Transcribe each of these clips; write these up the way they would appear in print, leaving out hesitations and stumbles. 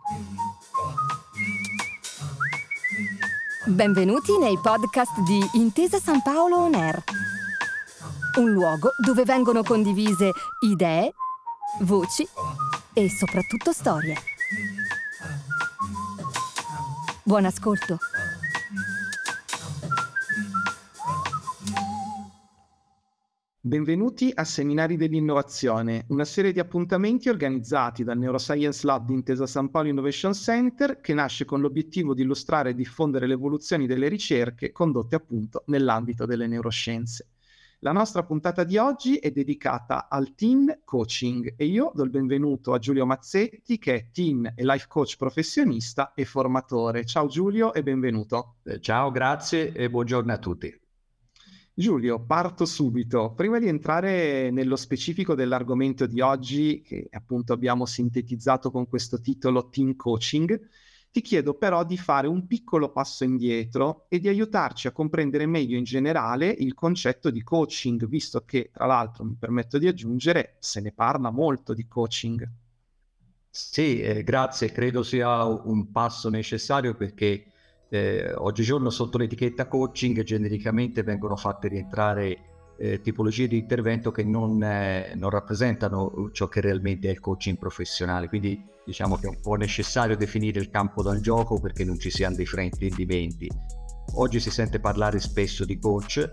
Benvenuti nei podcast di Intesa San Paolo On Air, un luogo dove vengono condivise idee, voci e soprattutto storie. Buon ascolto. Benvenuti a Seminari dell'Innovazione, una serie di appuntamenti organizzati dal Neuroscience Lab di Intesa San Paolo Innovation Center che nasce con l'obiettivo di illustrare e diffondere le evoluzioni delle ricerche condotte appunto nell'ambito delle neuroscienze. La nostra puntata di oggi è dedicata al teen coaching e io do il benvenuto a Giulio Mazzetti, che è teen e life coach professionista e formatore. Ciao Giulio e benvenuto. Ciao, grazie e buongiorno a tutti. Giulio, parto subito. Prima di entrare nello specifico dell'argomento di oggi, che appunto abbiamo sintetizzato con questo titolo Teen Coaching, ti chiedo però di fare un piccolo passo indietro e di aiutarci a comprendere meglio in generale il concetto di coaching, visto che, tra l'altro, mi permetto di aggiungere, se ne parla molto di coaching. Sì, grazie, credo sia un passo necessario perché oggigiorno sotto l'etichetta coaching genericamente vengono fatte rientrare tipologie di intervento che non rappresentano ciò che realmente è il coaching professionale, quindi diciamo che è un po' necessario definire il campo dal gioco perché non ci siano dei fraintendimenti. Oggi si sente parlare spesso di coach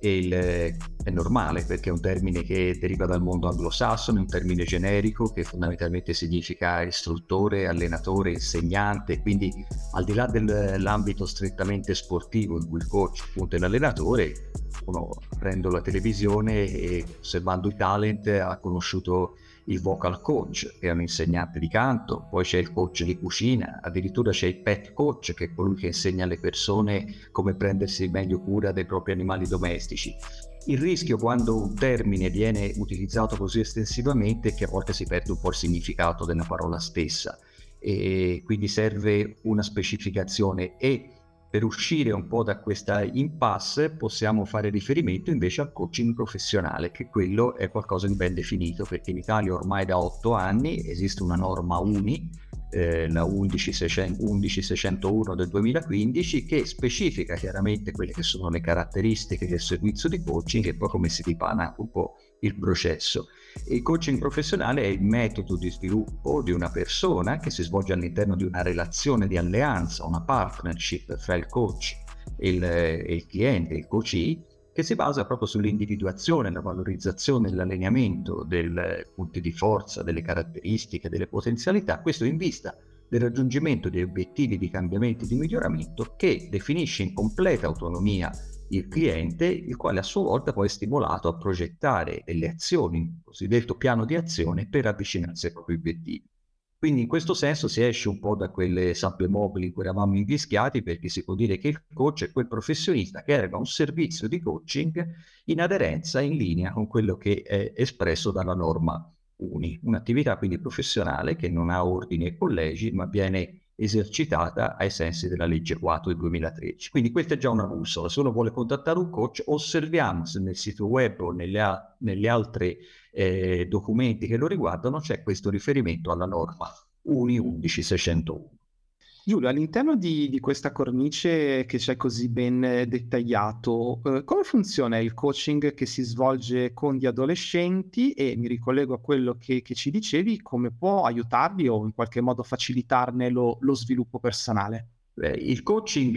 e è normale perché è un termine che deriva dal mondo anglosassone, un termine generico che fondamentalmente significa istruttore, allenatore, insegnante, quindi al di là dell'ambito strettamente sportivo in cui il coach appunto è l'allenatore, uno prendo la televisione e osservando i talent ha conosciuto il vocal coach, che è un insegnante di canto, poi c'è il coach di cucina, addirittura c'è il pet coach, che è colui che insegna alle persone come prendersi meglio cura dei propri animali domestici. Il rischio quando un termine viene utilizzato così estensivamente è che a volte si perde un po' il significato della parola stessa e quindi serve una specificazione e per uscire un po' da questa impasse possiamo fare riferimento invece al coaching professionale, che quello è qualcosa di ben definito, perché in Italia ormai da 8 anni esiste una norma UNI, la 11601 del 2015, che specifica chiaramente quelle che sono le caratteristiche del servizio di coaching e poi come si dipana un po' il processo. Il coaching professionale è il metodo di sviluppo di una persona che si svolge all'interno di una relazione di alleanza, una partnership fra il coach e il cliente, il coachee, che si basa proprio sull'individuazione, la valorizzazione e l'allineamento dei punti di forza, delle caratteristiche, delle potenzialità, questo in vista del raggiungimento di obiettivi di cambiamento e di miglioramento che definisce in completa autonomia il cliente, il quale a sua volta poi è stimolato a progettare delle azioni, un cosiddetto piano di azione per avvicinarsi ai propri obiettivi. Quindi in questo senso si esce un po' da quelle sabbie mobili in cui eravamo invischiati, perché si può dire che il coach è quel professionista che eroga un servizio di coaching in aderenza, in linea con quello che è espresso dalla norma UNI, un'attività quindi professionale che non ha ordini e collegi, ma viene esercitata ai sensi della legge 4 del 2013. Quindi questa è già una bussola. Se uno vuole contattare un coach, osserviamo se nel sito web o nelle altre documenti che lo riguardano c'è questo riferimento alla norma UNI 11601. Giulio, all'interno di questa cornice che c'è così ben dettagliato, come funziona il coaching che si svolge con gli adolescenti e mi ricollego a quello che ci dicevi, come può aiutarli o in qualche modo facilitarne lo sviluppo personale? Il coaching,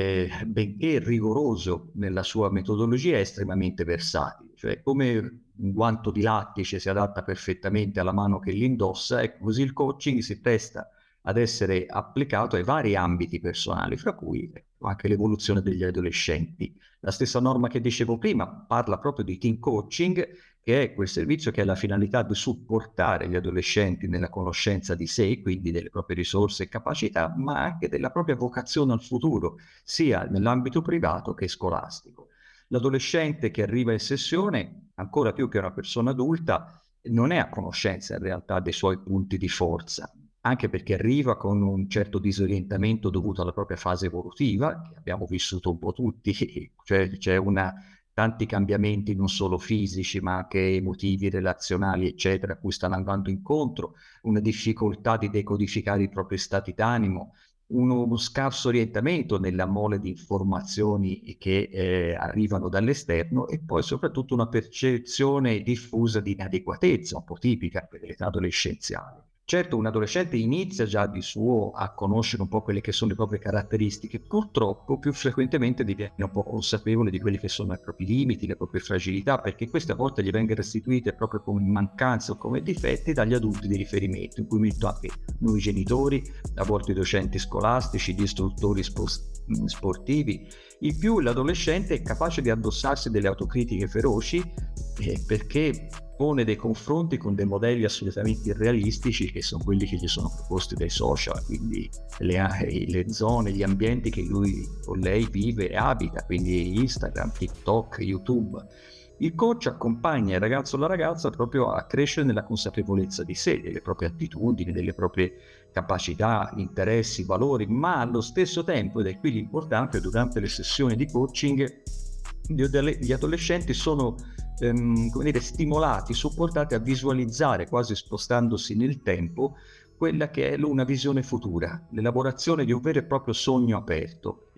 benché rigoroso nella sua metodologia, è estremamente versatile, cioè come un guanto di lattice si adatta perfettamente alla mano che l'indossa, ecco, così il coaching si presta ad essere applicato ai vari ambiti personali, fra cui anche l'evoluzione degli adolescenti. La stessa norma che dicevo prima parla proprio di teen coaching, che è quel servizio che ha la finalità di supportare gli adolescenti nella conoscenza di sé, quindi delle proprie risorse e capacità, ma anche della propria vocazione al futuro, sia nell'ambito privato che scolastico. L'adolescente che arriva in sessione, ancora più che una persona adulta, non è a conoscenza in realtà dei suoi punti di forza, anche perché arriva con un certo disorientamento dovuto alla propria fase evolutiva, che abbiamo vissuto un po' tutti, cioè c'è una tanti cambiamenti non solo fisici ma anche emotivi, relazionali eccetera, a cui stanno andando incontro, una difficoltà di decodificare i propri stati d'animo, uno scarso orientamento nella mole di informazioni che arrivano dall'esterno e poi soprattutto una percezione diffusa di inadeguatezza, un po' tipica per l'età adolescenziale. Certo, un adolescente inizia già di suo a conoscere un po' quelle che sono le proprie caratteristiche, purtroppo più frequentemente diviene un po' consapevole di quelli che sono i propri limiti, le proprie fragilità, perché queste a volte gli vengono restituite proprio come mancanze o come difetti dagli adulti di riferimento, in cui metto anche noi genitori, a volte i docenti scolastici, gli istruttori sportivi. In più l'adolescente è capace di addossarsi delle autocritiche feroci perché pone dei confronti con dei modelli assolutamente irrealistici che sono quelli che gli sono proposti dai social, quindi le zone, gli ambienti che lui o lei vive e abita, quindi Instagram, TikTok, YouTube. Il coach accompagna il ragazzo o la ragazza proprio a crescere nella consapevolezza di sé, delle proprie attitudini, delle proprie capacità, interessi, valori, ma allo stesso tempo, ed è qui l'importante, durante le sessioni di coaching gli adolescenti sono stimolati, supportati a visualizzare, quasi spostandosi nel tempo, quella che è una visione futura, l'elaborazione di un vero e proprio sogno aperto.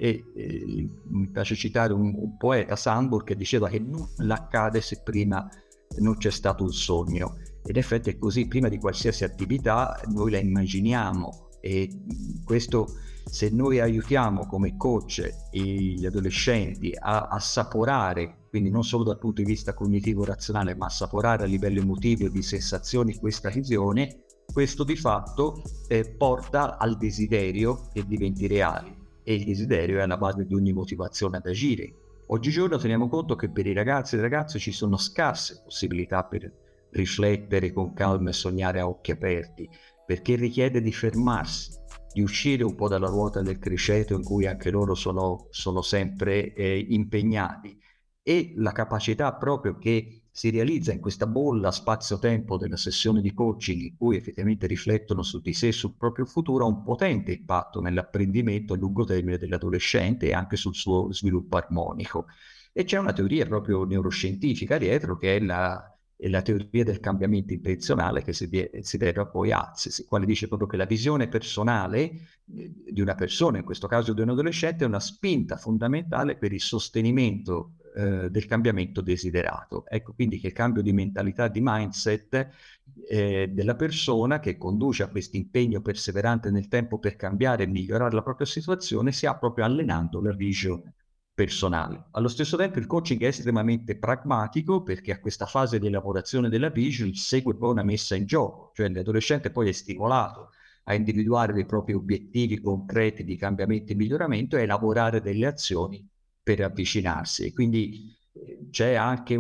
Mi piace citare un poeta, Sandburg, che diceva che nulla accade se prima non c'è stato un sogno. Ed in effetti è così, prima di qualsiasi attività noi la immaginiamo, e questo, se noi aiutiamo come coach gli adolescenti a assaporare, quindi non solo dal punto di vista cognitivo-razionale, ma assaporare a livello emotivo e di sensazioni questa visione, questo di fatto porta al desiderio che diventi reale, e il desiderio è alla base di ogni motivazione ad agire. Oggigiorno teniamo conto che per i ragazzi e le ragazze ci sono scarse possibilità per riflettere con calma e sognare a occhi aperti, perché richiede di fermarsi, di uscire un po' dalla ruota del criceto in cui anche loro sono sempre impegnati, e la capacità proprio che si realizza in questa bolla spazio-tempo della sessione di coaching, in cui effettivamente riflettono su di sé e sul proprio futuro, ha un potente impatto nell'apprendimento a lungo termine dell'adolescente e anche sul suo sviluppo armonico. E c'è una teoria proprio neuroscientifica dietro, che è la teoria del cambiamento intenzionale, che si deriva poi a Aziz, il quale dice proprio che la visione personale di una persona, in questo caso di un adolescente, è una spinta fondamentale per il sostenimento del cambiamento desiderato. Ecco quindi che il cambio di mentalità, di mindset della persona, che conduce a questo impegno perseverante nel tempo per cambiare e migliorare la propria situazione, si ha proprio allenando la vision personale. Allo stesso tempo il coaching è estremamente pragmatico, perché a questa fase di elaborazione della vision segue poi una messa in gioco, cioè l'adolescente poi è stimolato a individuare dei propri obiettivi concreti di cambiamento e miglioramento e elaborare delle azioni per avvicinarsi. Quindi c'è anche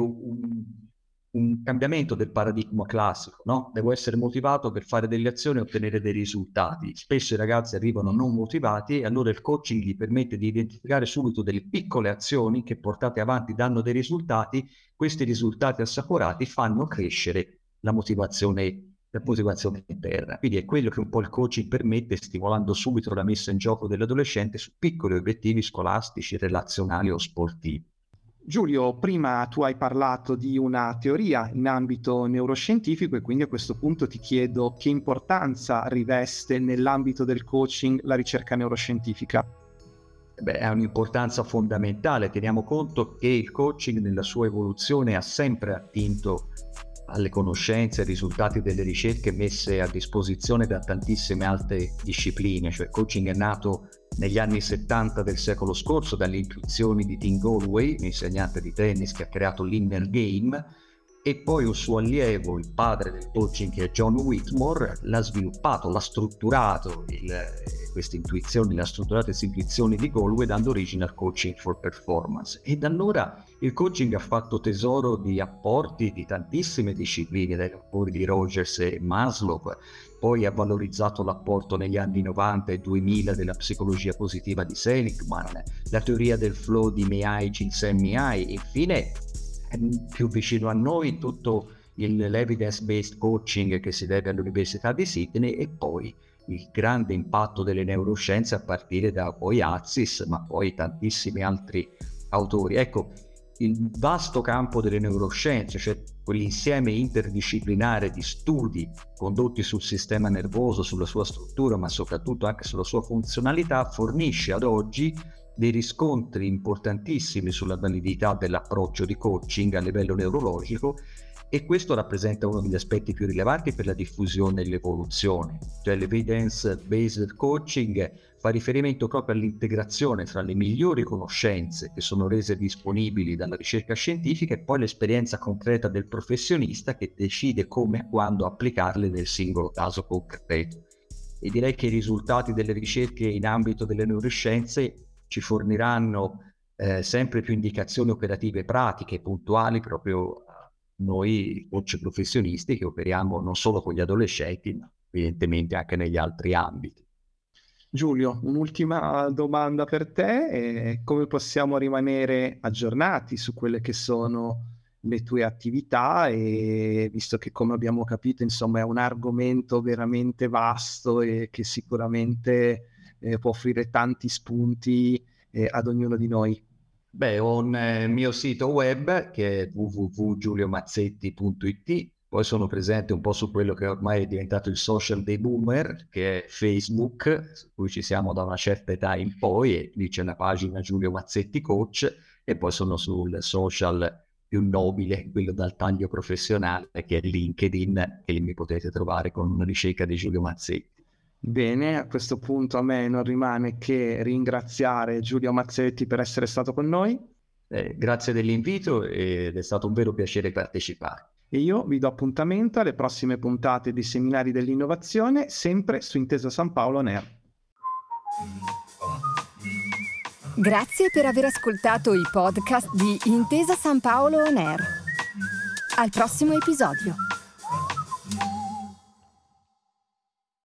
un cambiamento del paradigma classico, no? Devo essere motivato per fare delle azioni e ottenere dei risultati. Spesso i ragazzi arrivano non motivati e allora il coaching gli permette di identificare subito delle piccole azioni che, portate avanti, danno dei risultati. Questi risultati assaporati fanno crescere la motivazione interna. Quindi è quello che un po' il coaching permette, stimolando subito la messa in gioco dell'adolescente su piccoli obiettivi scolastici, relazionali o sportivi. Giulio, prima tu hai parlato di una teoria in ambito neuroscientifico e quindi a questo punto ti chiedo che importanza riveste nell'ambito del coaching la ricerca neuroscientifica. Ha un'importanza fondamentale. Teniamo conto che il coaching nella sua evoluzione ha sempre attinto alle conoscenze e ai risultati delle ricerche messe a disposizione da tantissime altre discipline. Cioè il coaching è nato negli anni 70 del secolo scorso dalle intuizioni di Tim Gallwey, un insegnante di tennis che ha creato l'Inner Game, e poi un suo allievo, il padre del coaching, che è John Whitmore, l'ha sviluppato, l'ha strutturato queste intuizioni, l'ha strutturato queste intuizioni di Gallwey, dando origine al coaching for performance. E da allora il coaching ha fatto tesoro di apporti di tantissime discipline, dai lavori di Rogers e Maslow, poi ha valorizzato l'apporto negli anni 90 e 2000 della psicologia positiva di Seligman, la teoria del flow di Mihai Csikszentmihalyi, infine più vicino a noi tutto l'evidence-based coaching che si deve all'Università di Sydney, e poi il grande impatto delle neuroscienze a partire da poi Aziz, ma poi tantissimi altri autori. Ecco, il vasto campo delle neuroscienze, cioè quell'insieme interdisciplinare di studi condotti sul sistema nervoso, sulla sua struttura, ma soprattutto anche sulla sua funzionalità, fornisce ad oggi dei riscontri importantissimi sulla validità dell'approccio di coaching a livello neurologico, e questo rappresenta uno degli aspetti più rilevanti per la diffusione e l'evoluzione. Cioè l'evidence-based coaching fa riferimento proprio all'integrazione tra le migliori conoscenze che sono rese disponibili dalla ricerca scientifica e poi l'esperienza concreta del professionista che decide come e quando applicarle nel singolo caso concreto. E direi che i risultati delle ricerche in ambito delle neuroscienze ci forniranno sempre più indicazioni operative pratiche, puntuali proprio noi coach professionisti che operiamo non solo con gli adolescenti, ma evidentemente anche negli altri ambiti. Giulio, un'ultima domanda per te: come possiamo rimanere aggiornati su quelle che sono le tue attività, e visto che, come abbiamo capito, insomma, è un argomento veramente vasto e che sicuramente può offrire tanti spunti ad ognuno di noi. Beh, ho un mio sito web che è www.giuliomazzetti.it, poi sono presente un po' su quello che ormai è diventato il social dei boomer, che è Facebook, su cui ci siamo da una certa età in poi, e lì c'è la pagina Giulio Mazzetti Coach, e poi sono sul social più nobile, quello dal taglio professionale, che è LinkedIn, che lì mi potete trovare con una ricerca di Giulio Mazzetti. Bene, a questo punto a me non rimane che ringraziare Giulio Mazzetti per essere stato con noi, Grazie dell'invito ed è stato un vero piacere partecipare. e io vi do appuntamento alle prossime puntate dei seminari dell'innovazione, sempre su Intesa San Paolo On Air. Grazie per aver ascoltato i podcast di Intesa San Paolo On Air. Al prossimo episodio.